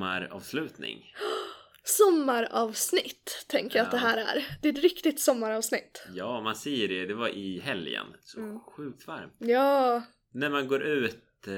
sommaravslutning. Sommaravsnitt tänker jag att det här är. Det är ett riktigt sommaravsnitt. Ja, man ser det. Det var i helgen. Så sjukt varmt. Ja. När man går ut,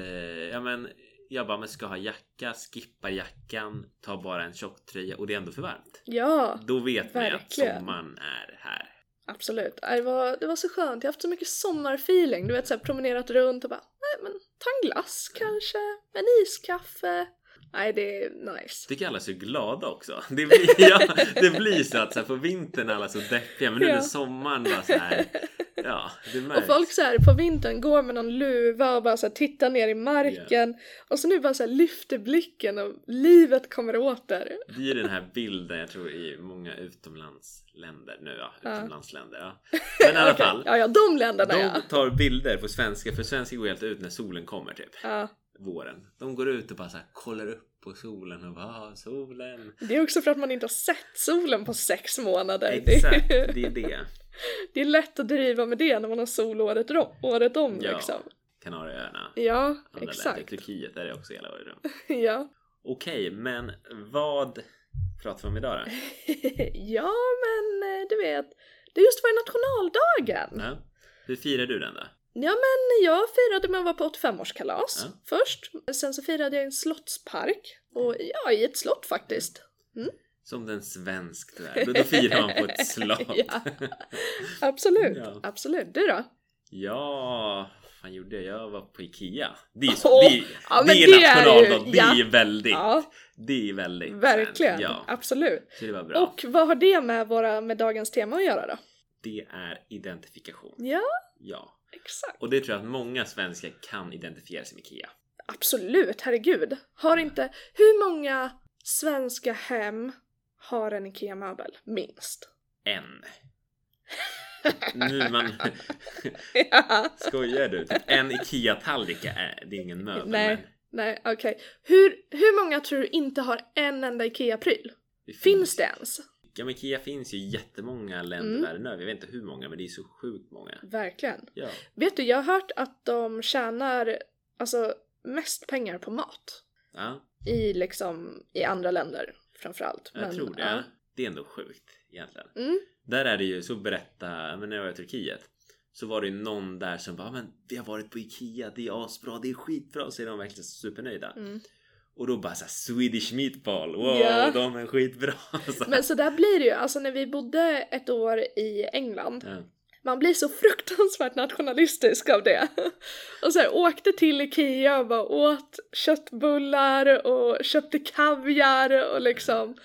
jag bara, man ska ha jacka, skippar jackan, ta bara en tjocktröja och det är ändå för varmt. Ja, då vet man verkligen. att sommaren är här. Absolut. Det var så skönt. Jag har haft så mycket sommarfeeling. Du vet, så här, promenerat runt och bara, nej men ta en glass kanske, en iskaffe. Nej, det är nice. Tycker alla är så glada också. Det blir så att så här, på vintern alla så deppiga, men nu är sommaren bara så här. Ja, det märks. Och folk så här på vintern går med någon luva och bara så här tittar ner i marken. Och så nu bara så här lyfter blicken och livet kommer åter. Det är den här bilden jag tror i många utomlandsländer nu, utomlandsländer, Men i alla fall. Ja, de länderna, de tar bilder på svenska, för svenska går helt ut när solen kommer typ. Ja. Våren. De går ut och bara så här, kollar upp på solen och bara, solen. Det är också för att man inte har sett solen på 6 månader. Exakt, det är det. Det är lätt att driva med det när man har sol året om liksom. Kanarieöarna. Ja, andra exakt. länder. Turkiet är det också hela året om. Ja. Okej, men vad pratar vi om idag då? Ja, men du vet, det är just för nationaldagen. Ja. Hur firar du den då? Ja, men jag firade med att vara på 85-årskalas först. Sen så firade jag i en slottspark. Och i ett slott faktiskt. Som den svensk du är. Då firar man på ett slott. Ja, absolut. Ja. Absolut. Du då? Ja, fan gjorde jag? Jag var på Ikea. Det är nationaldag. Det är väldigt. Ja. Det är väldigt. Verkligen. Ja. Absolut. Så det var bra. Och vad har det med dagens tema att göra då? Det är identifikation. Ja. Exakt. Och det tror jag att många svenskar kan identifiera sig med Ikea. Absolut, herregud. Hur många svenska hem har en Ikea-möbel? Minst. En. Nu skojar du? En Ikea-tallrik det är ingen möbel. Nej, okej. Hur många tror du inte har en enda Ikea-pryl? Finns det ens? Ja, men Ikea finns ju i jättemånga länder världen över. Jag vet inte hur många, men det är så sjukt många. Verkligen. Ja. Vet du, jag har hört att de tjänar mest pengar på mat. Ja. I andra länder framförallt. Jag tror det. Ja. Det är ändå sjukt egentligen. Där är det ju så när jag var i Turkiet så var det ju någon där som bara, men vi har varit på Ikea, det är asbra, det är skitbra, så är de verkligen supernöjda. Och då bara så här, Swedish meatball, wow, de är skitbra. Men så där blir det ju, när vi bodde ett år i England, man blir så fruktansvärt nationalistisk av det. Och så här, åkte till Ikea och bara åt köttbullar och köpte kaviar och liksom,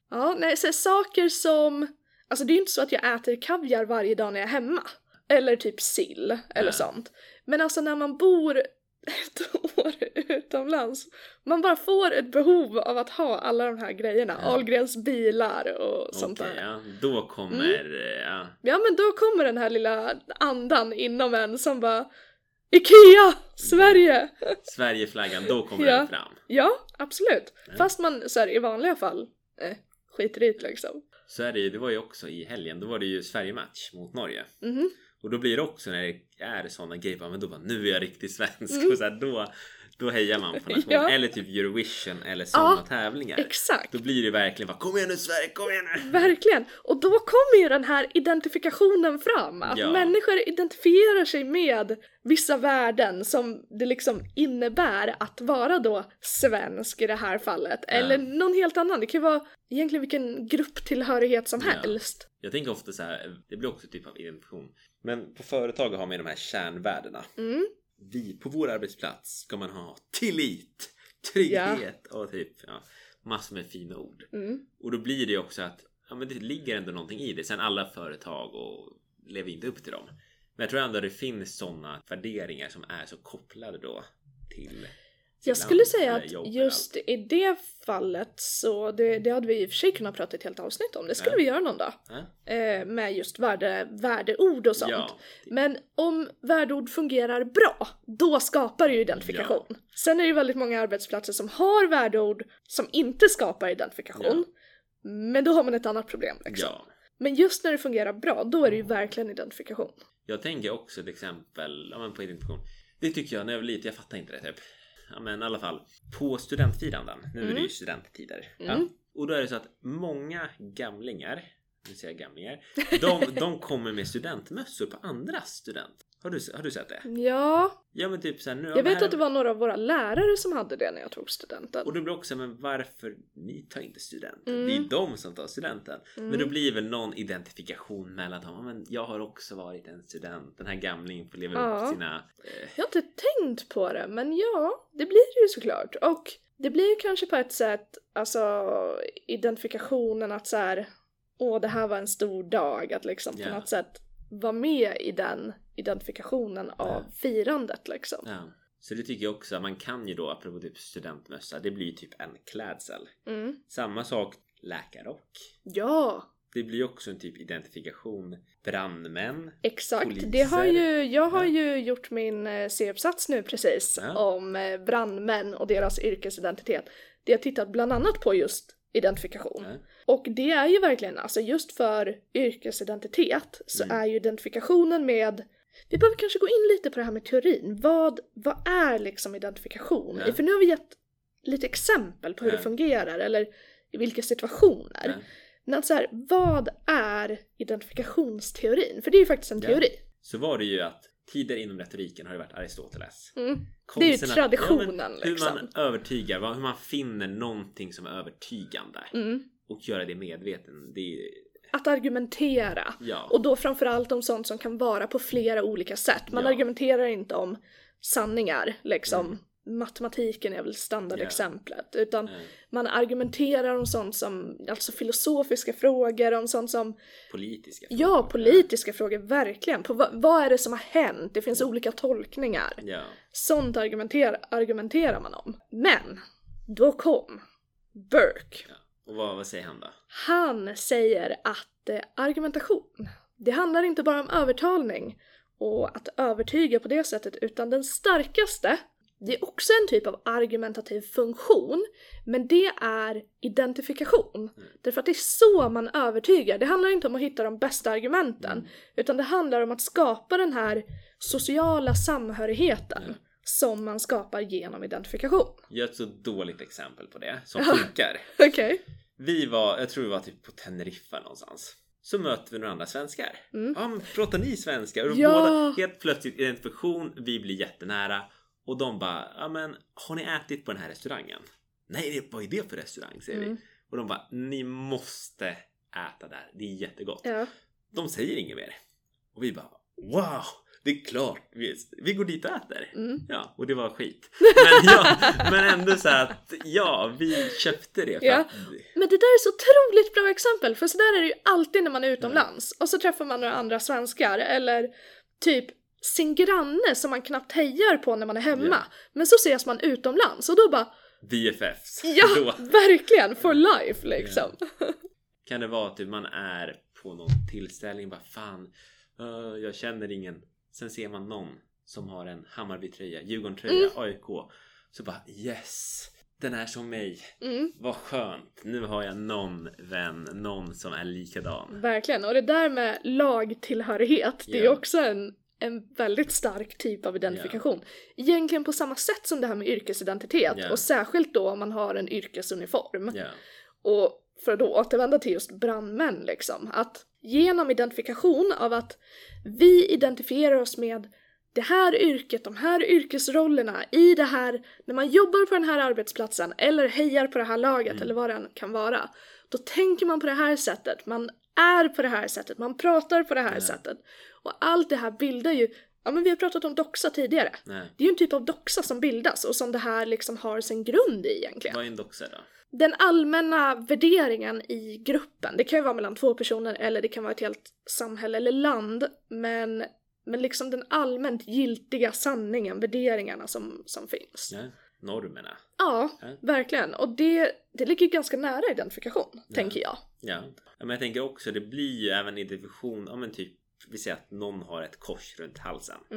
så saker som, det är ju inte så att jag äter kaviar varje dag när jag är hemma. Eller typ sill eller sånt. Men när man bor ett år utomlands, man bara får ett behov av att ha alla de här grejerna. Ahlgrens bilar och sånt där. Ja, då kommer Ja, men då kommer den här lilla andan inom en som bara, Ikea! Sverige! Sverigeflaggan, då kommer den fram. Ja, absolut. Fast man så här, i vanliga fall skiter i det liksom. Så är det var ju också i helgen, då var det ju Sverige-match mot Norge. Och då blir det också när det är sådana grejer, men då bara, nu är jag riktigt svensk. Och så här, då hejar man på nationen. Eller typ Eurovision eller sådana tävlingar. Exakt. Då blir det verkligen bara, kom igen nu Sverige, kom igen nu. Verkligen. Och då kommer ju den här identifikationen fram. Att människor identifierar sig med vissa värden som det liksom innebär att vara då svensk i det här fallet. Eller någon helt annan. Det kan ju vara egentligen vilken grupptillhörighet som helst. Jag tänker ofta så här, det blir också typ av identifikation. Men på företag har man de här kärnvärdena. Vi på vår arbetsplats ska man ha tillit, trygghet och typ massor med fina ord. Och då blir det också att men det ligger ändå någonting i det. Sen alla företag och lever inte upp till dem. Men jag tror ändå att det finns sådana värderingar som är så kopplade då till jag skulle säga att just i det fallet så det hade vi i och för sig kunnat prata ett helt avsnitt om. Det skulle vi göra någon dag. Med just värdeord och sånt. Ja. Men om värdeord fungerar bra, då skapar det ju identifikation. Ja. Sen är det ju väldigt många arbetsplatser som har värdeord som inte skapar identifikation. Ja. Men då har man ett annat problem liksom. Ja. Men just när det fungerar bra, då är det ju verkligen identifikation. Jag tänker också till exempel på identifikation. Det tycker jag när jag var liten, jag fattar inte det typ. ja men i alla fall på studentfiranden. Nu är det ju studenttider. Ja. Och då är det så att många gamlingar, nu säger jag gamlingar, de kommer med studentmössor på andras student. Har du sett det? Ja. Ja men typ så här, nu jag vet att det var några av våra lärare som hade det när jag tog studenten. Och det blir också, men varför ni tar inte studenten? Det är de som tar studenten. Men då blir väl någon identifikation mellan dem. Men jag har också varit en student. Den här gamlingen får leva upp sina... Jag har inte tänkt på det, men ja, det blir det ju såklart. Och det blir ju kanske på ett sätt, alltså identifikationen att så här, det här var en stor dag. Att liksom på något sätt vara med i den identifikationen av firandet liksom. Ja. Så det tycker jag också, man kan ju då, apropå typ studentmössa, det blir typ en klädsel. Samma sak, läkarrock. Ja. Det blir också en typ identifikation. Brandmän. Exakt, poliser. Jag har ju gjort min C-uppsats nu precis om brandmän och deras yrkesidentitet. Det har tittat bland annat på just identifikation. Och det är ju verkligen, alltså just för yrkesidentitet så är ju identifikationen med, vi behöver kanske gå in lite på det här med teorin. Vad är liksom identifikation? För nu har vi gett lite exempel på hur det fungerar eller i vilka situationer. Men att så här, vad är identifikationsteorin? För det är ju faktiskt en teori. Så var det ju att tider inom retoriken har ju varit Aristoteles. Det är ju traditionen hur liksom. man övertygar, hur man finner någonting som är övertygande. Och göra det medveten. Det är... Att argumentera. Och då framförallt om sånt som kan vara på flera olika sätt. Man argumenterar inte om sanningar liksom. Matematiken är väl standardexemplet. Utan man argumenterar om sånt som, alltså filosofiska frågor, om sånt som politiska frågor. Ja, politiska frågor, verkligen. På vad är det som har hänt? Det finns olika tolkningar. Sånt argumenterar man om. Men då kom Burke. Och vad säger han då? Han säger att argumentation, det handlar inte bara om övertalning och att övertyga på det sättet, utan den starkaste, det är också en typ av argumentativ funktion, men det är identifikation. Därför att det är så man övertygar. Det handlar inte om att hitta de bästa argumenten, utan det handlar om att skapa den här sociala samhörigheten som man skapar genom identifikation. Jag har ett så dåligt exempel på det som funkar. Okej. Jag tror vi var typ på Teneriffa någonstans. Så möter vi några andra svenskar. Ja, men pratar ni svenska? Och båda helt plötsligt identifikation, vi blir jättenära. Och de bara, ja men har ni ätit på den här restaurangen? Nej, vad är det för restaurang, säger vi. Och de bara, ni måste äta där, det är jättegott. De säger inget mer. Och vi bara, wow, det är klart, vi går dit och äter. Ja, och det var skit. Men ändå så att, vi köpte det. Men det där är så otroligt bra exempel. För så där är det ju alltid när man är utomlands. Och så träffar man några andra svenskar. Eller typ sin granne som man knappt hejar på när man är hemma. Men så ses man utomlands. Och då bara... VFFs. Ja, verkligen. For life liksom. Kan det vara typ man är på någon tillställning. Bara fan, jag känner ingen. Sen ser man någon som har en Hammarby-tröja, Djurgården-tröja, AIK. Så bara, yes, den är som mig. Vad skönt. Nu har jag någon vän, någon som är likadan. Verkligen, och det där med lagtillhörighet, det är också en väldigt stark typ av identifikation. Egentligen på samma sätt som det här med yrkesidentitet. Och särskilt då om man har en yrkesuniform. Och för att då återvända till just brandmän liksom. Att genom identifikation av att vi identifierar oss med det här yrket, de här yrkesrollerna i det här, när man jobbar på den här arbetsplatsen eller hejar på det här laget eller vad det än kan vara, då tänker man på det här sättet, man är på det här sättet, man pratar på det här sättet. Och allt det här bildar ju, ja men vi har pratat om doxa tidigare. Det är ju en typ av doxa som bildas och som det här liksom har sin grund i egentligen. Vad är en doxa då? Den allmänna värderingen i gruppen, det kan ju vara mellan två personer eller det kan vara ett helt samhälle eller land, men liksom den allmänt giltiga sanningen, värderingarna som finns. Normerna. Ja, verkligen. Och det ligger ganska nära identifikation, tänker jag. Ja, men jag tänker också, det blir ju även identifikation, ja men typ, vi säger att någon har ett kors runt halsen.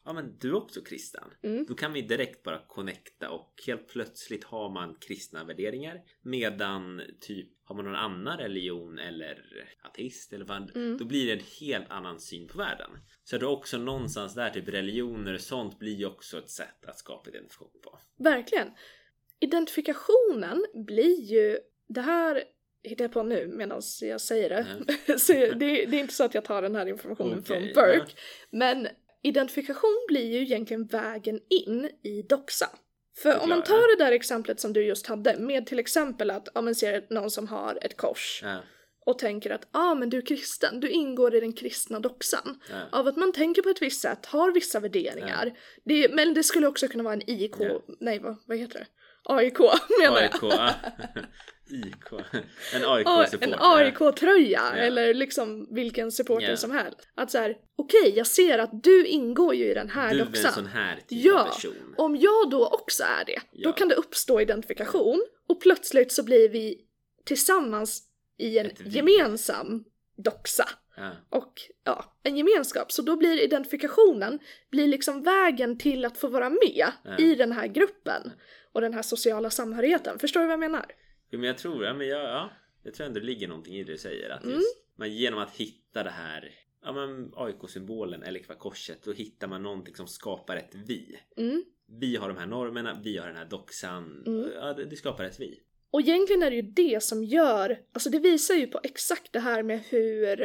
ja men du är också kristen. Då kan vi direkt bara connecta och helt plötsligt har man kristna värderingar. Medan typ har man någon annan religion eller ateist eller vad, då blir det en helt annan syn på världen. Så det är också någonstans där typ religioner och sånt blir ju också ett sätt att skapa identifikation på. Verkligen. Identifikationen blir ju, det här hittar jag på nu medan jag säger det. Så det är inte så att jag tar den här informationen från Burke. Men identifikation blir ju egentligen vägen in i doxa. För om man tar det där exemplet som du just hade med till exempel att man ser någon som har ett kors och tänker att men du är kristen, du ingår i den kristna doxan. Av att man tänker på ett visst sätt, har vissa värderingar. Men det skulle också kunna vara en IK, nej vad heter det? AIK menar jag. IK. En AIK-supporter. En AIK-tröja eller liksom vilken supporter som helst. Att så här, okej, jag ser att du ingår ju i den här doxan. Du är en sån här typ av person. Om jag då också är det, då kan det uppstå identifikation och plötsligt så blir vi tillsammans i en gemensam doxa. Och en gemenskap. Så då blir identifikationen liksom vägen till att få vara med i den här gruppen och den här sociala samhörigheten. Förstår du vad jag menar? Jo, men jag tror, jag tror ändå det ligger någonting i det du säger. Att just, man genom att hitta det här, AIK-symbolen eller korset, då hittar man någonting som skapar ett vi. Vi har de här normerna, vi har den här doxan. Det skapar ett vi. Och egentligen är det ju det som gör, alltså det visar ju på exakt det här med hur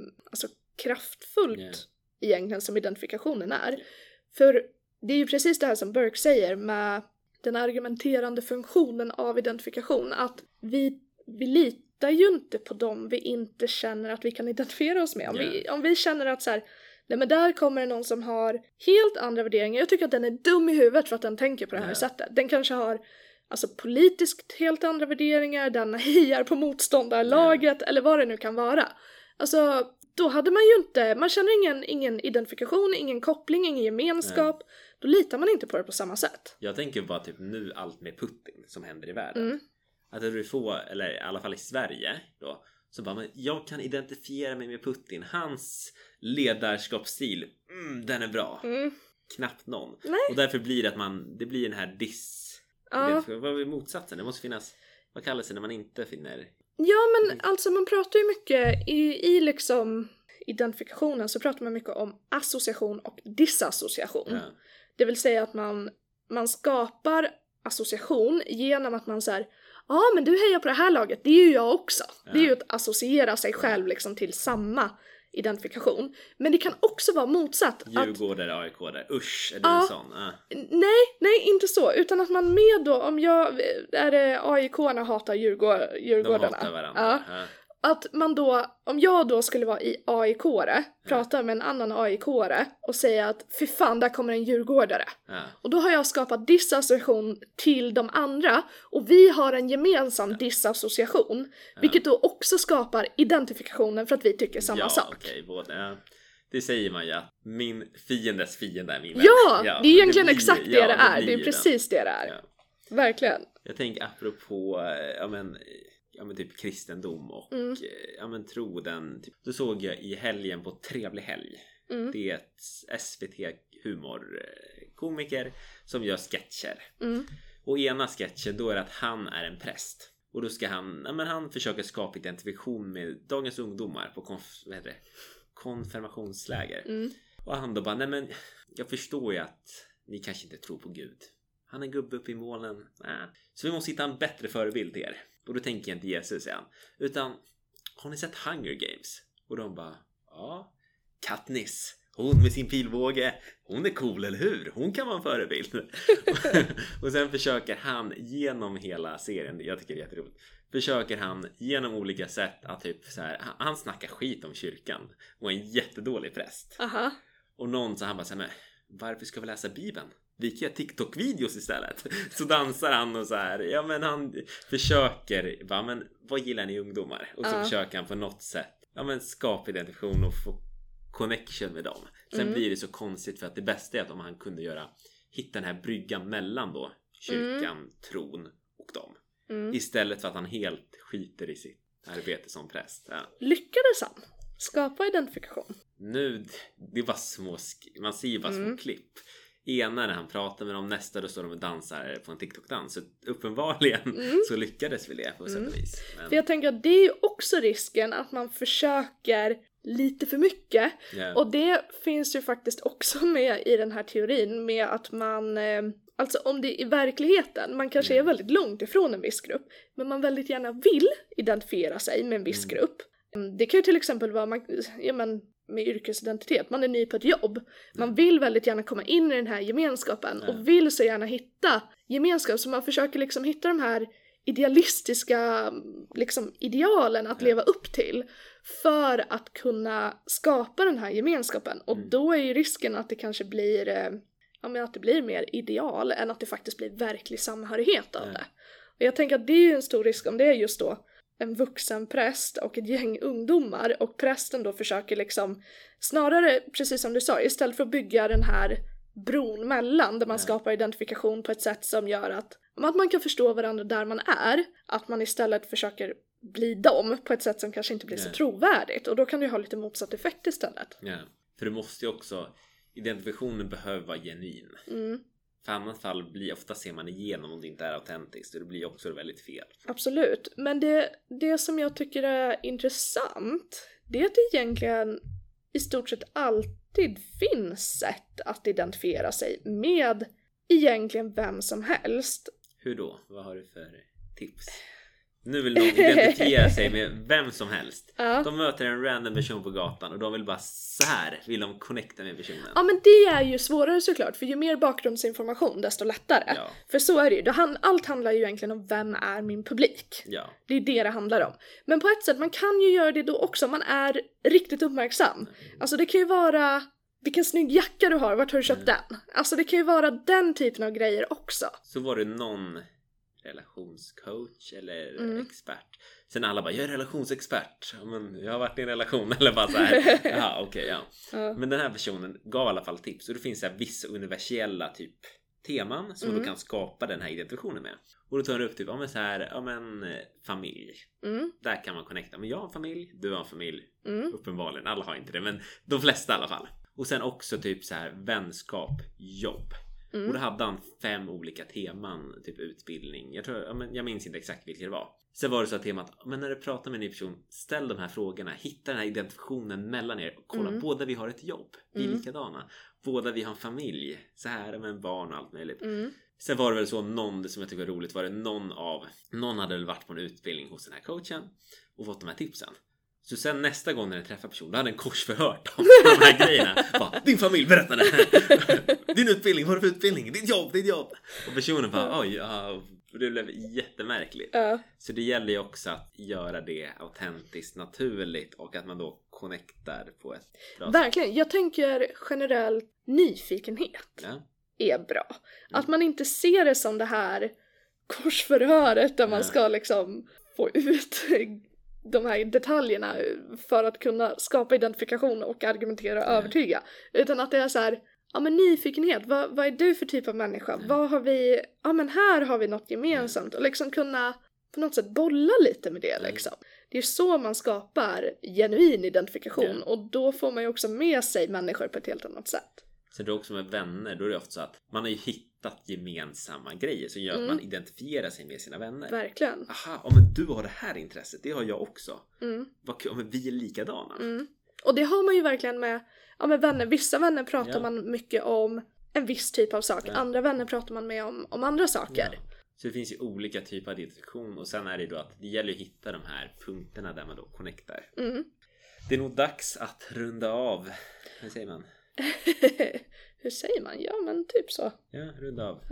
kraftfullt egentligen som identifikationen är. För det är ju precis det här som Burke säger med den argumenterande funktionen av identifikation. Att vi litar ju inte på dem vi inte känner att vi kan identifiera oss med. Om vi känner att så här, nej men där kommer någon som har helt andra värderingar. Jag tycker att den är dum i huvudet för att den tänker på det här sättet. Den kanske har politiskt helt andra värderingar. Den hejar på motståndarlaget eller vad det nu kan vara. Alltså, då hade man ju inte, man känner ingen identifikation, ingen koppling, ingen gemenskap. Då litar man inte på det på samma sätt. Jag tänker bara typ nu allt med Putin som händer i världen. Att du får, eller i alla fall i Sverige då, så bara, men jag kan identifiera mig med Putin. Hans ledarskapsstil, den är bra. Knappt någon. Nej. Och därför blir det att det blir den här vad är motsatsen? Det måste finnas, vad kallas det när man inte finner? Ja, men alltså man pratar ju mycket i liksom identifikationen, så pratar man mycket om association och disassociation. Det vill säga att man skapar association genom att man säger, men du hejar på det här laget, det är ju jag också. Det är ju att associera sig själv liksom till samma identifikation. Men det kan också vara motsatt. Djurgårdare, AIK-are, usch, är du en sån? Nej, inte så. Utan att man med då, om jag är AIK-arna hatar Djurgårdarna. De hatar varandra. Att man då, om jag då skulle vara i AIK-are, prata med en annan AIK-are och säga att fy fan, där kommer en djurgårdare. Och då har jag skapat disassociation till de andra och vi har en gemensam disassociation. Vilket då också skapar identifikationen för att vi tycker samma sak. Okej, det säger man ju att min fiendes fiende är min vän. Det är egentligen exakt det det är. Det är precis det det är. Verkligen. Jag tänker apropå, typ kristendom och troden. Typ. Då såg jag i helgen på Trevlig helg. Det är ett SVT-humorkomiker som gör sketcher. Och ena sketchen då är att han är en präst. Och då ska han försöker skapa identifikation med dagens ungdomar på konfirmationsläger. Och han då bara, nej men jag förstår ju att ni kanske inte tror på Gud. Han är gubbe upp i molnen. Så vi måste hitta en bättre förebild till er. Och då tänker jag inte Jesus, säger han. Utan, har ni sett Hunger Games? Och de bara, Katniss. Hon med sin pilbåge. Hon är cool, eller hur? Hon kan vara en förebild. Och sen försöker han genom hela serien, jag tycker det är jätteroligt, försöker han genom olika sätt att typ så här, han snackar skit om kyrkan och är en jättedålig präst. Och någon så han bara så här, men varför ska vi läsa Bibeln? Vi kan göra TikTok-videos istället. Så dansar han och så här. Men han försöker, men vad gillar ni ungdomar? Och så försöker han på något sätt skapa identifikation och få connection med dem. Sen blir det så konstigt, för att det bästa är att om han kunde hitta den här bryggan mellan då kyrkan, tron och dem. Istället för att han helt skiter i sitt arbete som präst. Lyckades han skapa identifikation? nu, det är bara man ser ju bara små klipp. Ena när han pratar med dem, nästa då står de och dansar på en TikTok-dans. Så uppenbarligen så lyckades vi det på sätt och vis. Men... För jag tänker att det är ju också risken att man försöker lite för mycket. Yeah. Och det finns ju faktiskt också med i den här teorin med att man... Alltså om det i verkligheten, man kanske är väldigt långt ifrån en viss grupp, men man väldigt gärna vill identifiera sig med en viss grupp. Det kan ju till exempel vara med yrkesidentitet, man är ny på ett jobb. Man vill väldigt gärna komma in i den här gemenskapen och vill så gärna hitta gemenskap. Så man försöker liksom hitta de här idealistiska liksom, idealen att leva upp till för att kunna skapa den här gemenskapen. Och då är ju risken att det kanske blir... att det blir mer ideal än att det faktiskt blir verklig samhörighet av det. Och jag tänker att det är ju en stor risk om det är just då en vuxen präst och ett gäng ungdomar och prästen då försöker liksom snarare, precis som du sa, istället för att bygga den här bron mellan där man skapar identifikation på ett sätt som gör att man kan förstå varandra där man är, att man istället försöker bli dem på ett sätt som kanske inte blir så trovärdigt, och då kan det ju ha lite motsatt effekt istället. Ja, för det måste ju också, identifikationen behöver vara genuin. För annat fall ofta ser man igenom om det inte är autentiskt, och det blir också väldigt fel. Absolut, men det som jag tycker är intressant, det är att det egentligen i stort sett alltid finns sätt att identifiera sig med egentligen vem som helst. Hur då? Vad har du för tips? Nu vill de identifiera sig med vem som helst. De möter en random person på gatan och de vill bara så här vill de connecta med personen. Ja, men det är ju svårare såklart, för ju mer bakgrundsinformation desto lättare. För så är det ju. Allt handlar ju egentligen om vem är min publik. Det är det handlar om. Men på ett sätt, man kan ju göra det då också om man är riktigt uppmärksam. Alltså det kan ju vara vilken snygg jacka du har, vart har du köpt den? Alltså det kan ju vara den typen av grejer också. Så var det någon relationscoach eller expert. Sen alla bara, jag är relationsexpert. Men jag har varit i en relation. Eller bara så här. Jaha, okej, Men den här personen gav i alla fall tips. Och det finns så här vissa universella typ teman som du kan skapa den här identifikationen med. Och då tar han upp typ, familj. Där kan man connecta. Men jag har en familj, du har en familj. Uppenbarligen, alla har inte det. Men de flesta i alla fall. Och sen också typ så här vänskap, jobb. Och då hade han 5 olika teman, typ utbildning. Jag minns inte exakt vilket det var. Sen var det så att temat, men när du pratar med en ny person, ställ de här frågorna, hitta den här identifikationen mellan er och kolla, båda vi har ett jobb, vi är likadana. Båda vi har en familj, så här med en barn och allt möjligt. Sen var det väl så, det som jag tycker var roligt var det någon hade väl varit på en utbildning hos den här coachen och fått de här tipsen. Så sen nästa gång när jag träffar personen, då hade en korsförhört om de här grejerna. Bara, din familj, berätta det här. Din utbildning, vad har du för utbildning? Ditt jobb. Och personen bara, det blev jättemärkligt. Så det gäller ju också att göra det autentiskt, naturligt, och att man då connectar på ett bra sätt. Verkligen, jag tänker generell nyfikenhet är bra. Att man inte ser det som det här korsförhöret där man ska liksom få ut de här detaljerna för att kunna skapa identifikation och argumentera och övertyga. Utan att det är så här, nyfikenhet, vad är du för typ av människa? Vad har vi, här har vi något gemensamt. Och liksom kunna på något sätt bolla lite med det liksom. Det är så man skapar genuin identifikation. Och då får man ju också med sig människor på ett helt annat sätt. Så det är också med vänner, då är det ofta så att man har ju hittat gemensamma grejer som gör att man identifierar sig med sina vänner. Verkligen. Aha, men du har det här intresset, det har jag också. Vad kul, men vi är likadana. Och det har man ju verkligen med vänner. Vissa vänner pratar man mycket om en viss typ av sak. Andra vänner pratar man med om andra saker. Så det finns ju olika typer av identifikation. Och sen är det då att det gäller att hitta de här punkterna där man då connectar. Det är nog dags att runda av. Hur säger man? Hur säger man? Ja, men typ så. Ja, runda av.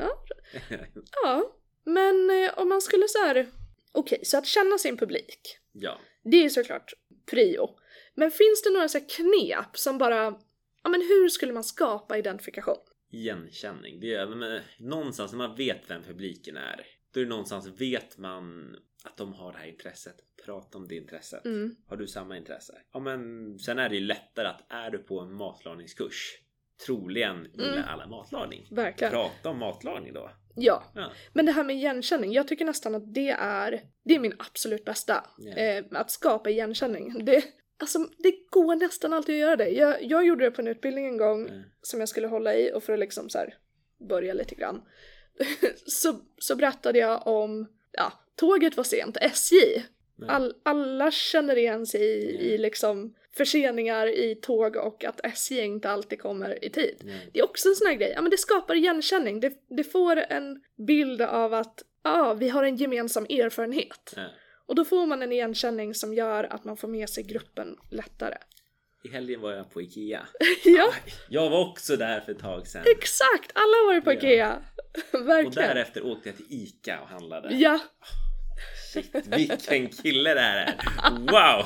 Ja, men om man skulle så här... Okej, så att känna sin publik. Ja. Det är såklart prio. Men finns det några så här knep som bara... men hur skulle man skapa identifikation? Igenkänning. Det är någonstans när man vet vem publiken är. Då är det någonstans vet man att de har det här intresset. Prata om det intresset. Har du samma intresse? Men sen är det ju lättare att är du på en matlagningskurs, troligen gillar alla matlagning. Verkligen. Prata om matlagning då. Ja. Men det här med igenkänning, jag tycker nästan att det är min absolut bästa. Att skapa igenkänning. Alltså det går nästan alltid att göra det. Jag gjorde det på en utbildning en gång som jag skulle hålla i, och för att liksom så här börja lite grann. så berättade jag om, tåget var sent, SJ. Alla känner igen sig i liksom förseningar i tåg och att SJ inte alltid kommer i tid. Det är också en sån här grej. Ja, men det skapar igenkänning. Det får en bild av att vi har en gemensam erfarenhet. Och då får man en igenkänning som gör att man får med sig gruppen lättare. I helgen var jag på Ikea. Ja. Jag var också där för ett tag sedan. Exakt, alla har varit på Ikea. Verkligen. Och därefter åkte jag till Ica och handlade. Ja. Shit, vilken kille det här är. Wow.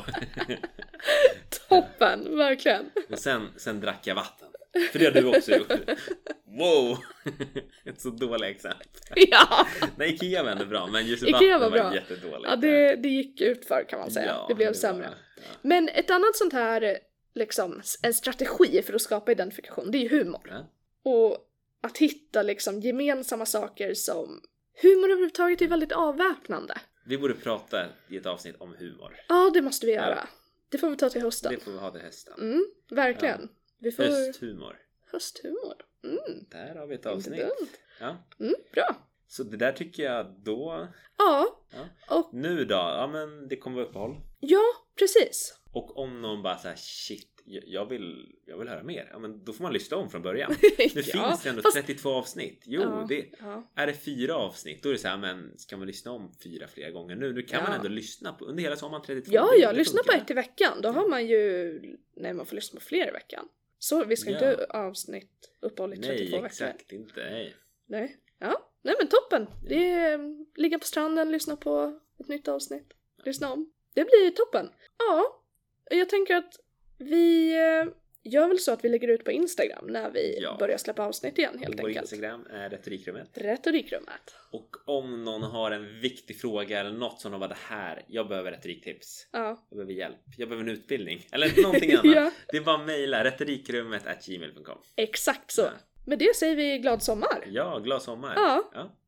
Toppen, verkligen. Och sen drack jag vatten. För det har du också gjort. Wow. Ett så dåligt exempel. Ja. Nej, Ikea var ändå bra, men just Ikea vatten var jättedåligt. Ja, det gick ut för, kan man säga. Ja, det blev sämre. Men ett annat sånt här, liksom, en strategi för att skapa identifikation, det är ju humor. Ja. Och att hitta liksom gemensamma saker som... Humor överhuvudtaget är väldigt avväpnande. Vi borde prata i ett avsnitt om humor. Ja, det måste vi göra. Det får vi ta till hösten. Det får vi ha till hösten. Verkligen. Ja. Vi får... Hösthumor. Där har vi ett avsnitt. Inte dumt. Ja. Bra. Så det där tycker jag då... Ja. Och... Nu då? Ja, men det kommer uppehåll. Ja, precis. Och om någon bara säger shit, jag vill höra mer. Ja, men då får man lyssna om från början. Nu finns det ändå 32 avsnitt. Jo, är det 4 avsnitt. Då är det så här, men ska man lyssna om 4 flera gånger? Nu kan man ändå lyssna på, under hela sommaren 32. Ja, lyssna på 1 i veckan. Då har man ju... Nej, man får lyssna på fler i veckan. Så vi ska inte uppehåll i 32 veckor. Nej, exakt inte. Nej. Ja, nej men toppen. Det är ligga på stranden, lyssna på ett nytt avsnitt. Lyssna om. Det blir toppen. Ja, jag tänker att vi gör väl så att vi lägger ut på Instagram när vi börjar släppa avsnitt igen, helt enkelt. Vår Instagram är Retorikrummet. Retorikrummet. Och om någon har en viktig fråga eller något som de var det här, jag behöver retoriktips. Ja. Jag behöver hjälp. Jag behöver en utbildning. Eller någonting annat. Det är bara mejla retorikrummet@gmail.com. Exakt så. Ja. Med det säger vi glad sommar. Ja, glad sommar. Ja.